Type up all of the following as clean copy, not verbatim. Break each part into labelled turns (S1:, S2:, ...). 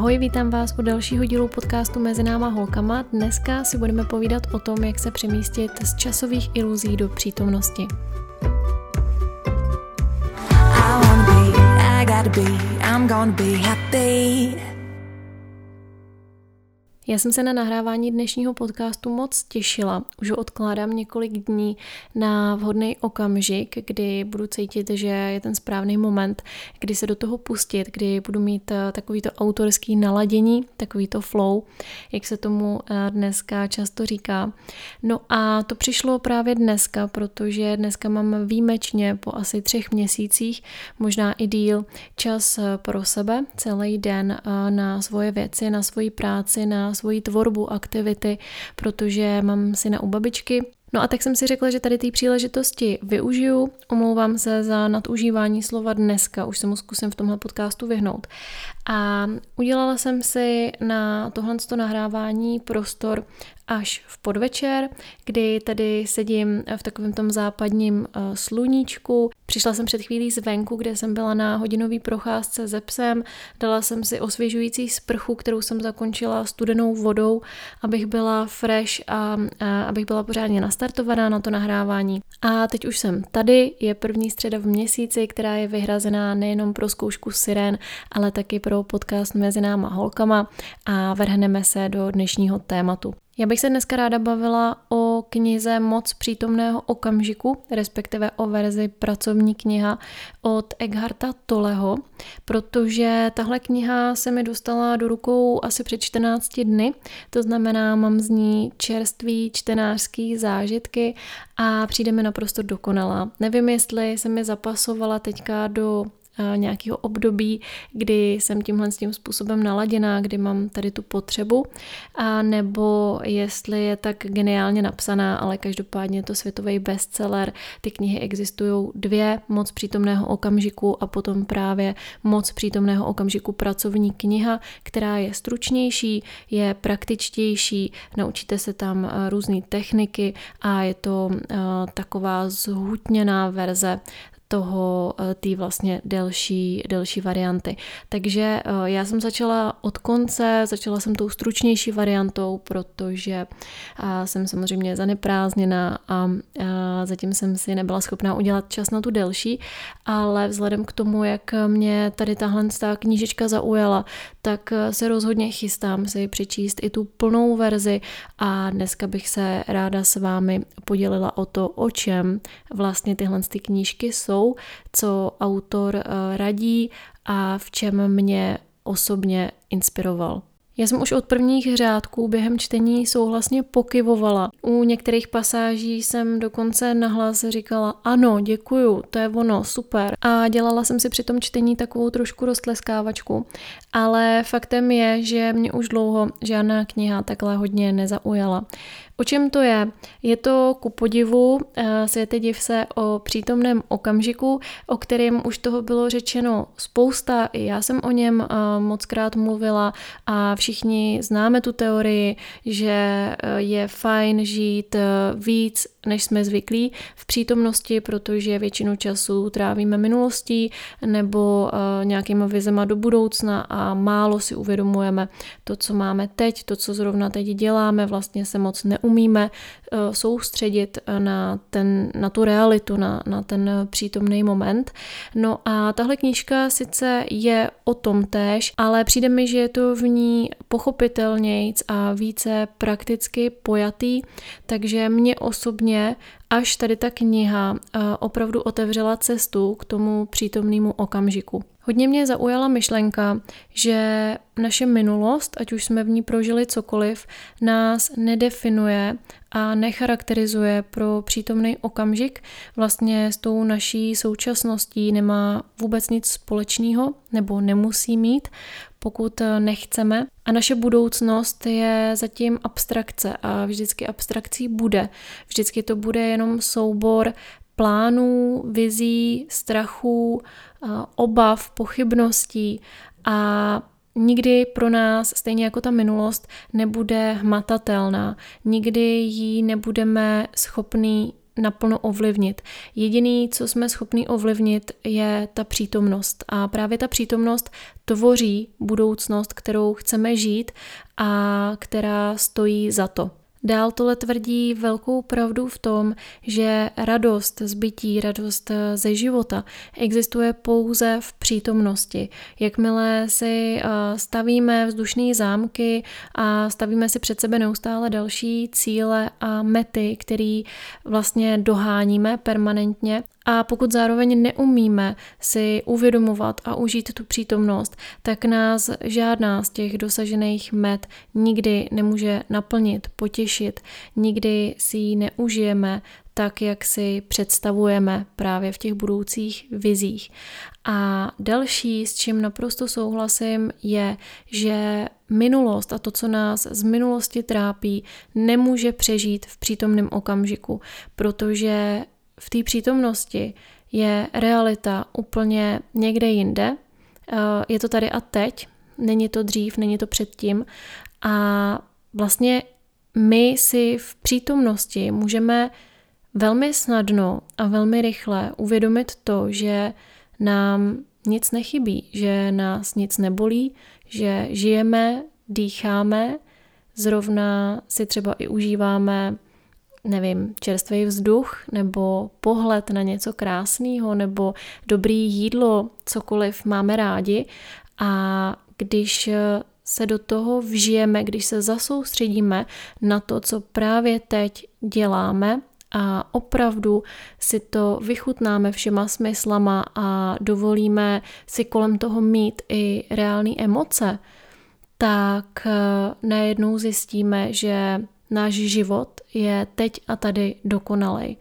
S1: Ahoj, vítám vás u dalšího dílu podcastu Mezi náma holkama. Dneska si budeme povídat o tom, jak se přemístit z časových iluzí do přítomnosti. Já jsem se na nahrávání dnešního podcastu moc těšila. Už ho odkládám několik dní na vhodný okamžik, kdy budu cítit, že je ten správný moment, kdy se do toho pustit, kdy budu mít takovýto autorský naladění, takovýto flow, jak se tomu dneska často říká. No a to přišlo právě dneska, protože dneska mám výjimečně po asi 3 měsících, možná i díl, čas pro sebe, celý den na svoje věci, na svoji práci, na svoji tvorbu, aktivity, protože mám syna u babičky. No a tak jsem si řekla, že tady té příležitosti využiju. Omlouvám se za nadužívání slova dneska, už se mu zkusím v tomhle podcastu vyhnout. A udělala jsem si na tohleto nahrávání prostor až v podvečer, kdy tady sedím v takovém tom západním sluníčku. Přišla jsem před chvílí zvenku, kde jsem byla na hodinové procházce se psem. Dala jsem si osvěžující sprchu, kterou jsem zakončila studenou vodou, abych byla fresh a abych byla pořádně nastartovaná na to nahrávání. A teď už jsem tady, je první středa v měsíci, která je vyhrazená nejenom pro zkoušku sirén, ale taky pro podcast Mezi náma holkama a vrhneme se do dnešního tématu. Já bych se dneska ráda bavila o knize Moc přítomného okamžiku, respektive o verzi Pracovní kniha od Eckharta Tolleho, protože tahle kniha se mi dostala do rukou asi před 14 dny, to znamená, mám z ní čerstvý čtenářský zážitky a přijde mi naprosto dokonalá. Nevím, jestli se mi zapasovala teďka do nějakého období, kdy jsem tímhle způsobem naladěná, kdy mám tady tu potřebu, a nebo jestli je tak geniálně napsaná, ale každopádně je to světový bestseller. Ty knihy existují 2, Moc přítomného okamžiku a potom právě Moc přítomného okamžiku pracovní kniha, která je stručnější, je praktičtější, naučíte se tam různé techniky a je to taková zhutněná verze toho, té vlastně delší varianty. Takže já jsem začala od konce, začala jsem tou stručnější variantou, protože jsem samozřejmě zaneprázdněná a zatím jsem si nebyla schopná udělat čas na tu delší, ale vzhledem k tomu, jak mě tady tahle knížečka zaujala, tak se rozhodně chystám si přečíst i tu plnou verzi a dneska bych se ráda s vámi podělila o to, o čem vlastně tyhle knížky jsou, co autor radí a v čem mě osobně inspiroval. Já jsem už od prvních řádků během čtení souhlasně pokyvovala. U některých pasáží jsem dokonce nahlas říkala ano, děkuju, to je ono, super. A dělala jsem si při tom čtení takovou trošku roztleskávačku. Ale faktem je, že mě už dlouho žádná kniha takhle hodně nezaujala. O čem to je? Je to ku podivu Světe div se o přítomném okamžiku, o kterém už toho bylo řečeno spousta. I já jsem o něm mockrát mluvila a všichni známe tu teorii, že je fajn žít víc, než jsme zvyklí v přítomnosti, protože většinu času trávíme minulostí nebo nějakýma vizema do budoucna a málo si uvědomujeme to, co máme teď, to, co zrovna teď děláme, vlastně se moc neumíme soustředit na tu realitu, na ten přítomný moment. No a tahle knížka sice je o tom též, ale přijde mi, že je to v ní pochopitelnějc a více prakticky pojatý, takže mě osobně až tady ta kniha opravdu otevřela cestu k tomu přítomnému okamžiku. Hodně mě zaujala myšlenka, že naše minulost, ať už jsme v ní prožili cokoliv, nás nedefinuje a necharakterizuje pro přítomný okamžik. Vlastně s tou naší současností nemá vůbec nic společného nebo nemusí mít, pokud nechceme. A naše budoucnost je zatím abstrakce a vždycky abstrakcí bude. Vždycky to bude jenom soubor plánů, vizí, strachů, obav, pochybností a nikdy pro nás, stejně jako ta minulost, nebude hmatatelná. Nikdy ji nebudeme schopní naplno ovlivnit. Jediný, co jsme schopni ovlivnit, je ta přítomnost. A právě ta přítomnost tvoří budoucnost, kterou chceme žít a která stojí za to. Dál tohle tvrdí velkou pravdu v tom, že radost z bytí, radost ze života existuje pouze v přítomnosti. Jakmile si stavíme vzdušné zámky a stavíme si před sebe neustále další cíle a mety, které vlastně doháníme permanentně, a pokud zároveň neumíme si uvědomovat a užít tu přítomnost, tak nás žádná z těch dosažených met nikdy nemůže naplnit, potěšit, nikdy si ji neužijeme tak, jak si představujeme právě v těch budoucích vizích. A další, s čím naprosto souhlasím, je, že minulost a to, co nás z minulosti trápí, nemůže přežít v přítomném okamžiku, protože v té přítomnosti je realita úplně někde jinde. Je to tady a teď, není to dřív, není to předtím. A vlastně my si v přítomnosti můžeme velmi snadno a velmi rychle uvědomit to, že nám nic nechybí, že nás nic nebolí, že žijeme, dýcháme, zrovna si třeba i užíváme čerstvý vzduch nebo pohled na něco krásného nebo dobrý jídlo, cokoliv máme rádi. A když se do toho vžijeme, když se zasoustředíme na to, co právě teď děláme a opravdu si to vychutnáme všema smyslama a dovolíme si kolem toho mít i reální emoce, tak najednou zjistíme, že náš život je teď a tady dokonalej.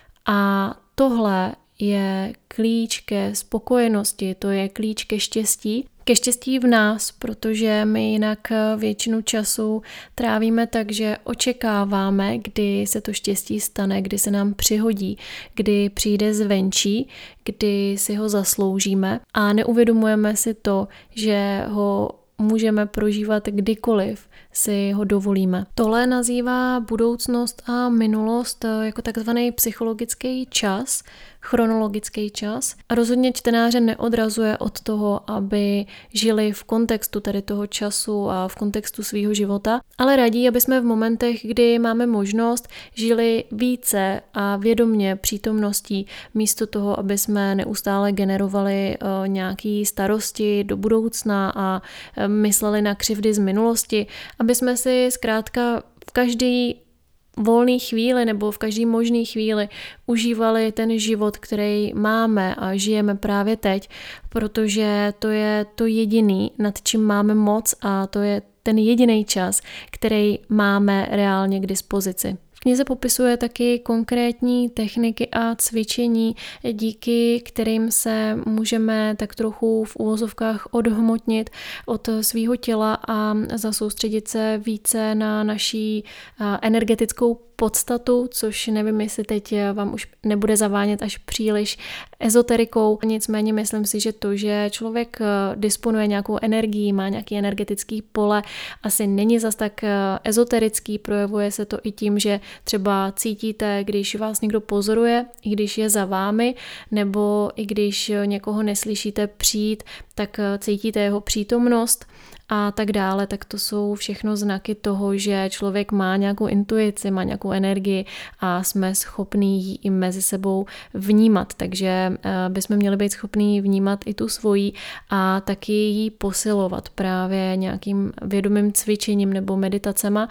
S1: A tohle je klíč ke spokojenosti, to je klíč ke štěstí v nás, protože my jinak většinu času trávíme tak, že očekáváme, kdy se to štěstí stane, kdy se nám přihodí, kdy přijde zvenčí, kdy si ho zasloužíme a neuvědomujeme si to, že ho můžeme prožívat kdykoliv si ho dovolíme. Tohle nazývá budoucnost a minulost jako takzvaný psychologický čas, chronologický čas. A rozhodně čtenáře neodrazuje od toho, aby žili v kontextu tady toho času a v kontextu svýho života, ale radí, aby jsme v momentech, kdy máme možnost, žili více a vědomně přítomností, místo toho, aby jsme neustále generovali nějaké starosti do budoucna a mysleli na křivdy z minulosti, aby jsme si zkrátka v každý volný chvíli nebo v každý možný chvíli užívali ten život, který máme a žijeme právě teď, protože to je to jediný, nad čím máme moc a to je ten jediný čas, který máme reálně k dispozici. V knize popisuje taky konkrétní techniky a cvičení, díky kterým se můžeme tak trochu v uvozovkách odhmotnit od svého těla a zasoustředit se více na naší energetickou podstatu, což nevím, jestli teď vám už nebude zavánět až příliš ezoterikou. Nicméně myslím si, že to, že člověk disponuje nějakou energií, má nějaký energetický pole, asi není zas tak ezoterický, projevuje se to i tím, že třeba cítíte, když vás někdo pozoruje, i když je za vámi, nebo i když někoho neslyšíte přijít, tak cítíte jeho přítomnost a tak dále, tak to jsou všechno znaky toho, že člověk má nějakou intuici, má nějakou energii a jsme schopní ji i mezi sebou vnímat, takže bychom měli být schopní vnímat i tu svoji a taky ji posilovat právě nějakým vědomým cvičením nebo meditacema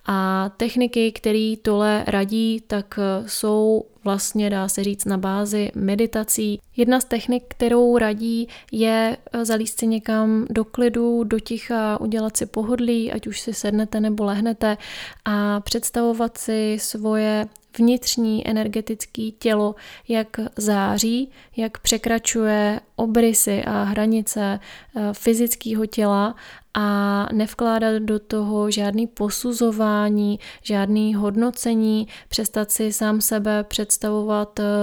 S1: a techniky, které tohle radí, tak jsou vlastně dá se říct na bázi meditací. Jedna z technik, kterou radí, je zalízt si někam do klidu, do ticha, udělat si pohodlí, ať už si sednete nebo lehnete a představovat si svoje vnitřní energetické tělo, jak září, jak překračuje obrysy a hranice fyzického těla a nevkládat do toho žádný posuzování, žádný hodnocení, přestat si sám sebe představovat v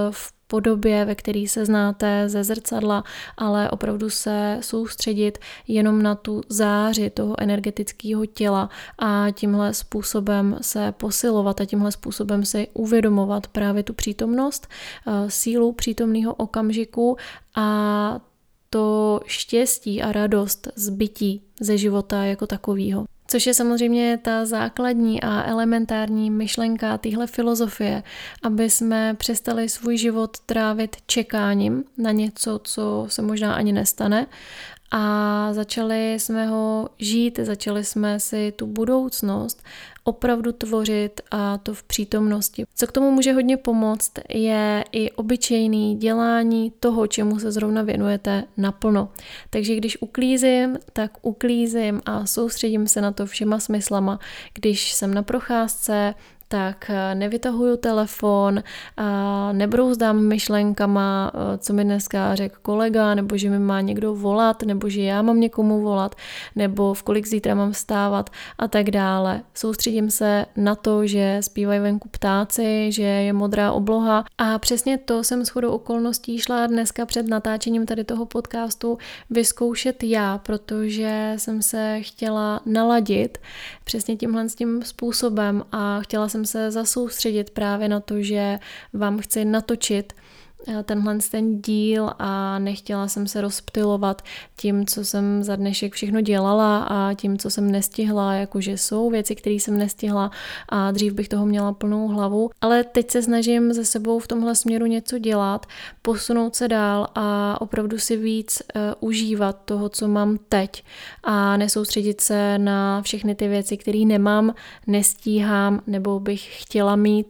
S1: podobě, ve které se znáte ze zrcadla, ale opravdu se soustředit jenom na tu záři toho energetického těla a tímhle způsobem se posilovat a tímhle způsobem si uvědomovat právě tu přítomnost, sílu přítomného okamžiku a to štěstí a radost z bytí ze života jako takového. Což je samozřejmě ta základní a elementární myšlenka téhle filozofie, aby jsme přestali svůj život trávit čekáním na něco, co se možná ani nestane, a začali jsme ho žít, začali jsme si tu budoucnost opravdu tvořit, a to v přítomnosti. Co k tomu může hodně pomoct, je i obyčejný dělání toho, čemu se zrovna věnujete naplno. Takže když uklízím, tak uklízím a soustředím se na to všema smyslama. Když jsem na procházce, tak nevytahuju telefon, nebrouzdám myšlenkama, co mi dneska řekl kolega, nebo že mi má někdo volat, nebo že já mám někomu volat, nebo v kolik zítra mám vstávat a tak dále. Soustředím se na to, že zpívají venku ptáci, že je modrá obloha, a přesně to jsem shodou okolností šla dneska před natáčením tady toho podcastu vyzkoušet já, protože jsem se chtěla naladit přesně tímhle tím způsobem a chtěla jsem se zasoustředit právě na to, že vám chci natočit ten díl a nechtěla jsem se rozptylovat tím, co jsem za dnešek všechno dělala a tím, co jsem nestihla, jakože jsou věci, které jsem nestihla a dřív bych toho měla plnou hlavu, ale teď se snažím ze sebou v tomhle směru něco dělat, posunout se dál a opravdu si víc užívat toho, co mám teď nesoustředit se na všechny ty věci, které nemám, nestíhám nebo bych chtěla mít,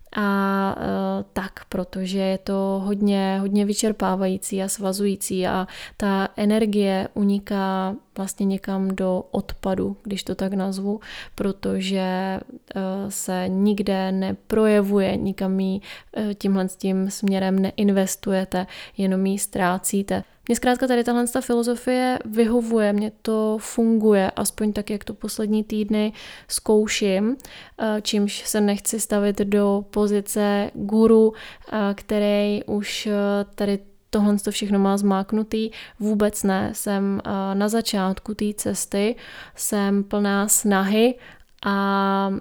S1: tak, protože je to hodně vyčerpávající a svazující a ta energie uniká vlastně někam do odpadu, když to tak nazvu, protože se nikde neprojevuje, nikam ji tímhle tím směrem neinvestujete, jenom ji ztrácíte. Mně zkrátka tady tahle filozofie vyhovuje, mně to funguje, aspoň tak, jak to poslední týdny zkouším, čímž se nechci stavit do pozice guru, který už tady tohle všechno má zmáknutý. Vůbec ne, jsem na začátku té cesty, jsem plná snahy a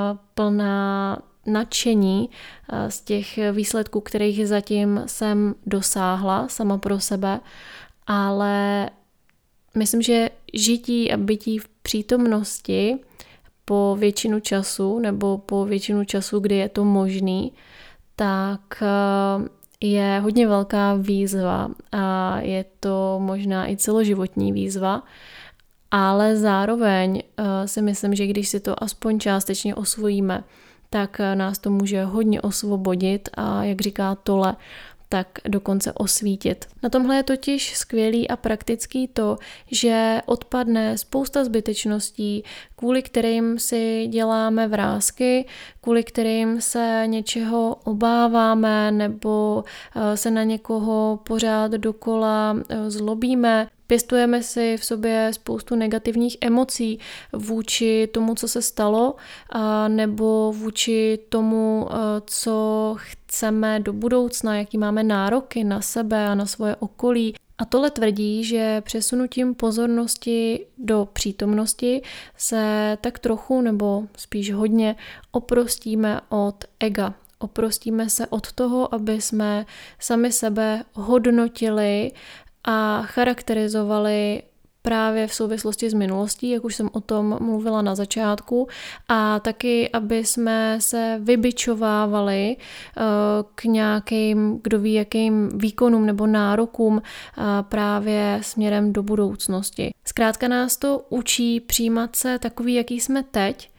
S1: plná nadšení z těch výsledků, kterých zatím jsem dosáhla sama pro sebe, ale myslím, že žití a bytí v přítomnosti po většinu času, nebo po většinu času, kdy je to možný, tak je hodně velká výzva a je to možná i celoživotní výzva, ale zároveň si myslím, že když si to aspoň částečně osvojíme, tak nás to může hodně osvobodit a, jak říká Tolle, tak dokonce osvítit. Na tomhle je totiž skvělý a praktický to, že odpadne spousta zbytečností, kvůli kterým si děláme vrásky, kvůli kterým se něčeho obáváme nebo se na někoho pořád dokola zlobíme. Pěstujeme si v sobě spoustu negativních emocí vůči tomu, co se stalo, nebo vůči tomu, co chceme do budoucna, jaký máme nároky na sebe a na svoje okolí. A Tolle tvrdí, že přesunutím pozornosti do přítomnosti se tak trochu, nebo spíš hodně, oprostíme od ega. Oprostíme se od toho, aby jsme sami sebe hodnotili a charakterizovali právě v souvislosti s minulostí, jak už jsem o tom mluvila na začátku, a taky, aby jsme se vybičovávali k nějakým, kdo ví, jakým výkonům nebo nárokům právě směrem do budoucnosti. Zkrátka nás to učí přijímat se takový, jaký jsme teď,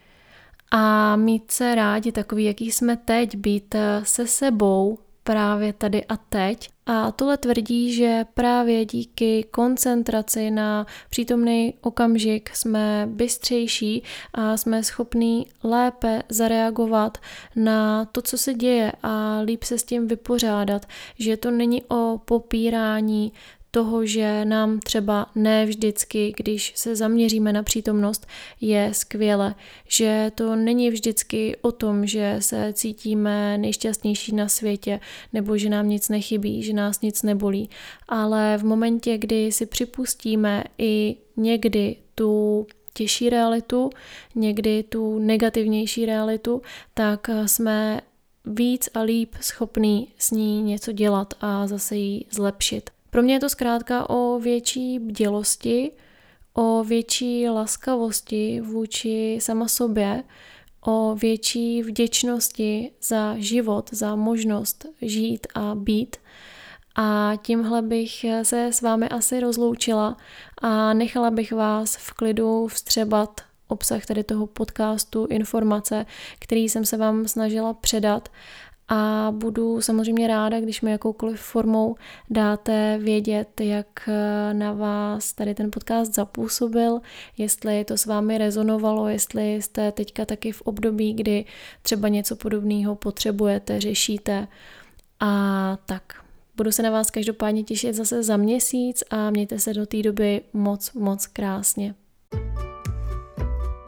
S1: a mít se rádi takový, jaký jsme teď, být se sebou právě tady a teď. A Tolle tvrdí, že právě díky koncentraci na přítomný okamžik jsme bystřejší a jsme schopní lépe zareagovat na to, co se děje, a líp se s tím vypořádat, že to není o popírání toho, že nám třeba ne vždycky, když se zaměříme na přítomnost, je skvěle, že to není vždycky o tom, že se cítíme nejšťastnější na světě nebo že nám nic nechybí, že nás nic nebolí, ale v momentě, kdy si připustíme i někdy tu těžší realitu, někdy tu negativnější realitu, tak jsme víc a líp schopný s ní něco dělat a zase ji zlepšit. Pro mě je to zkrátka o větší bdělosti, o větší laskavosti vůči sama sobě, o větší vděčnosti za život, za možnost žít a být. A tímhle bych se s vámi asi rozloučila a nechala bych vás v klidu vstřebat obsah tady toho podcastu, informace, který jsem se vám snažila předat. A budu samozřejmě ráda, když mi jakoukoliv formou dáte vědět, jak na vás tady ten podcast zapůsobil, jestli to s vámi rezonovalo, jestli jste teďka taky v období, kdy třeba něco podobného potřebujete, řešíte a tak. Budu se na vás každopádně těšit zase za měsíc a mějte se do té doby moc krásně.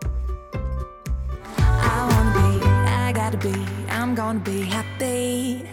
S1: I'm gonna be happy.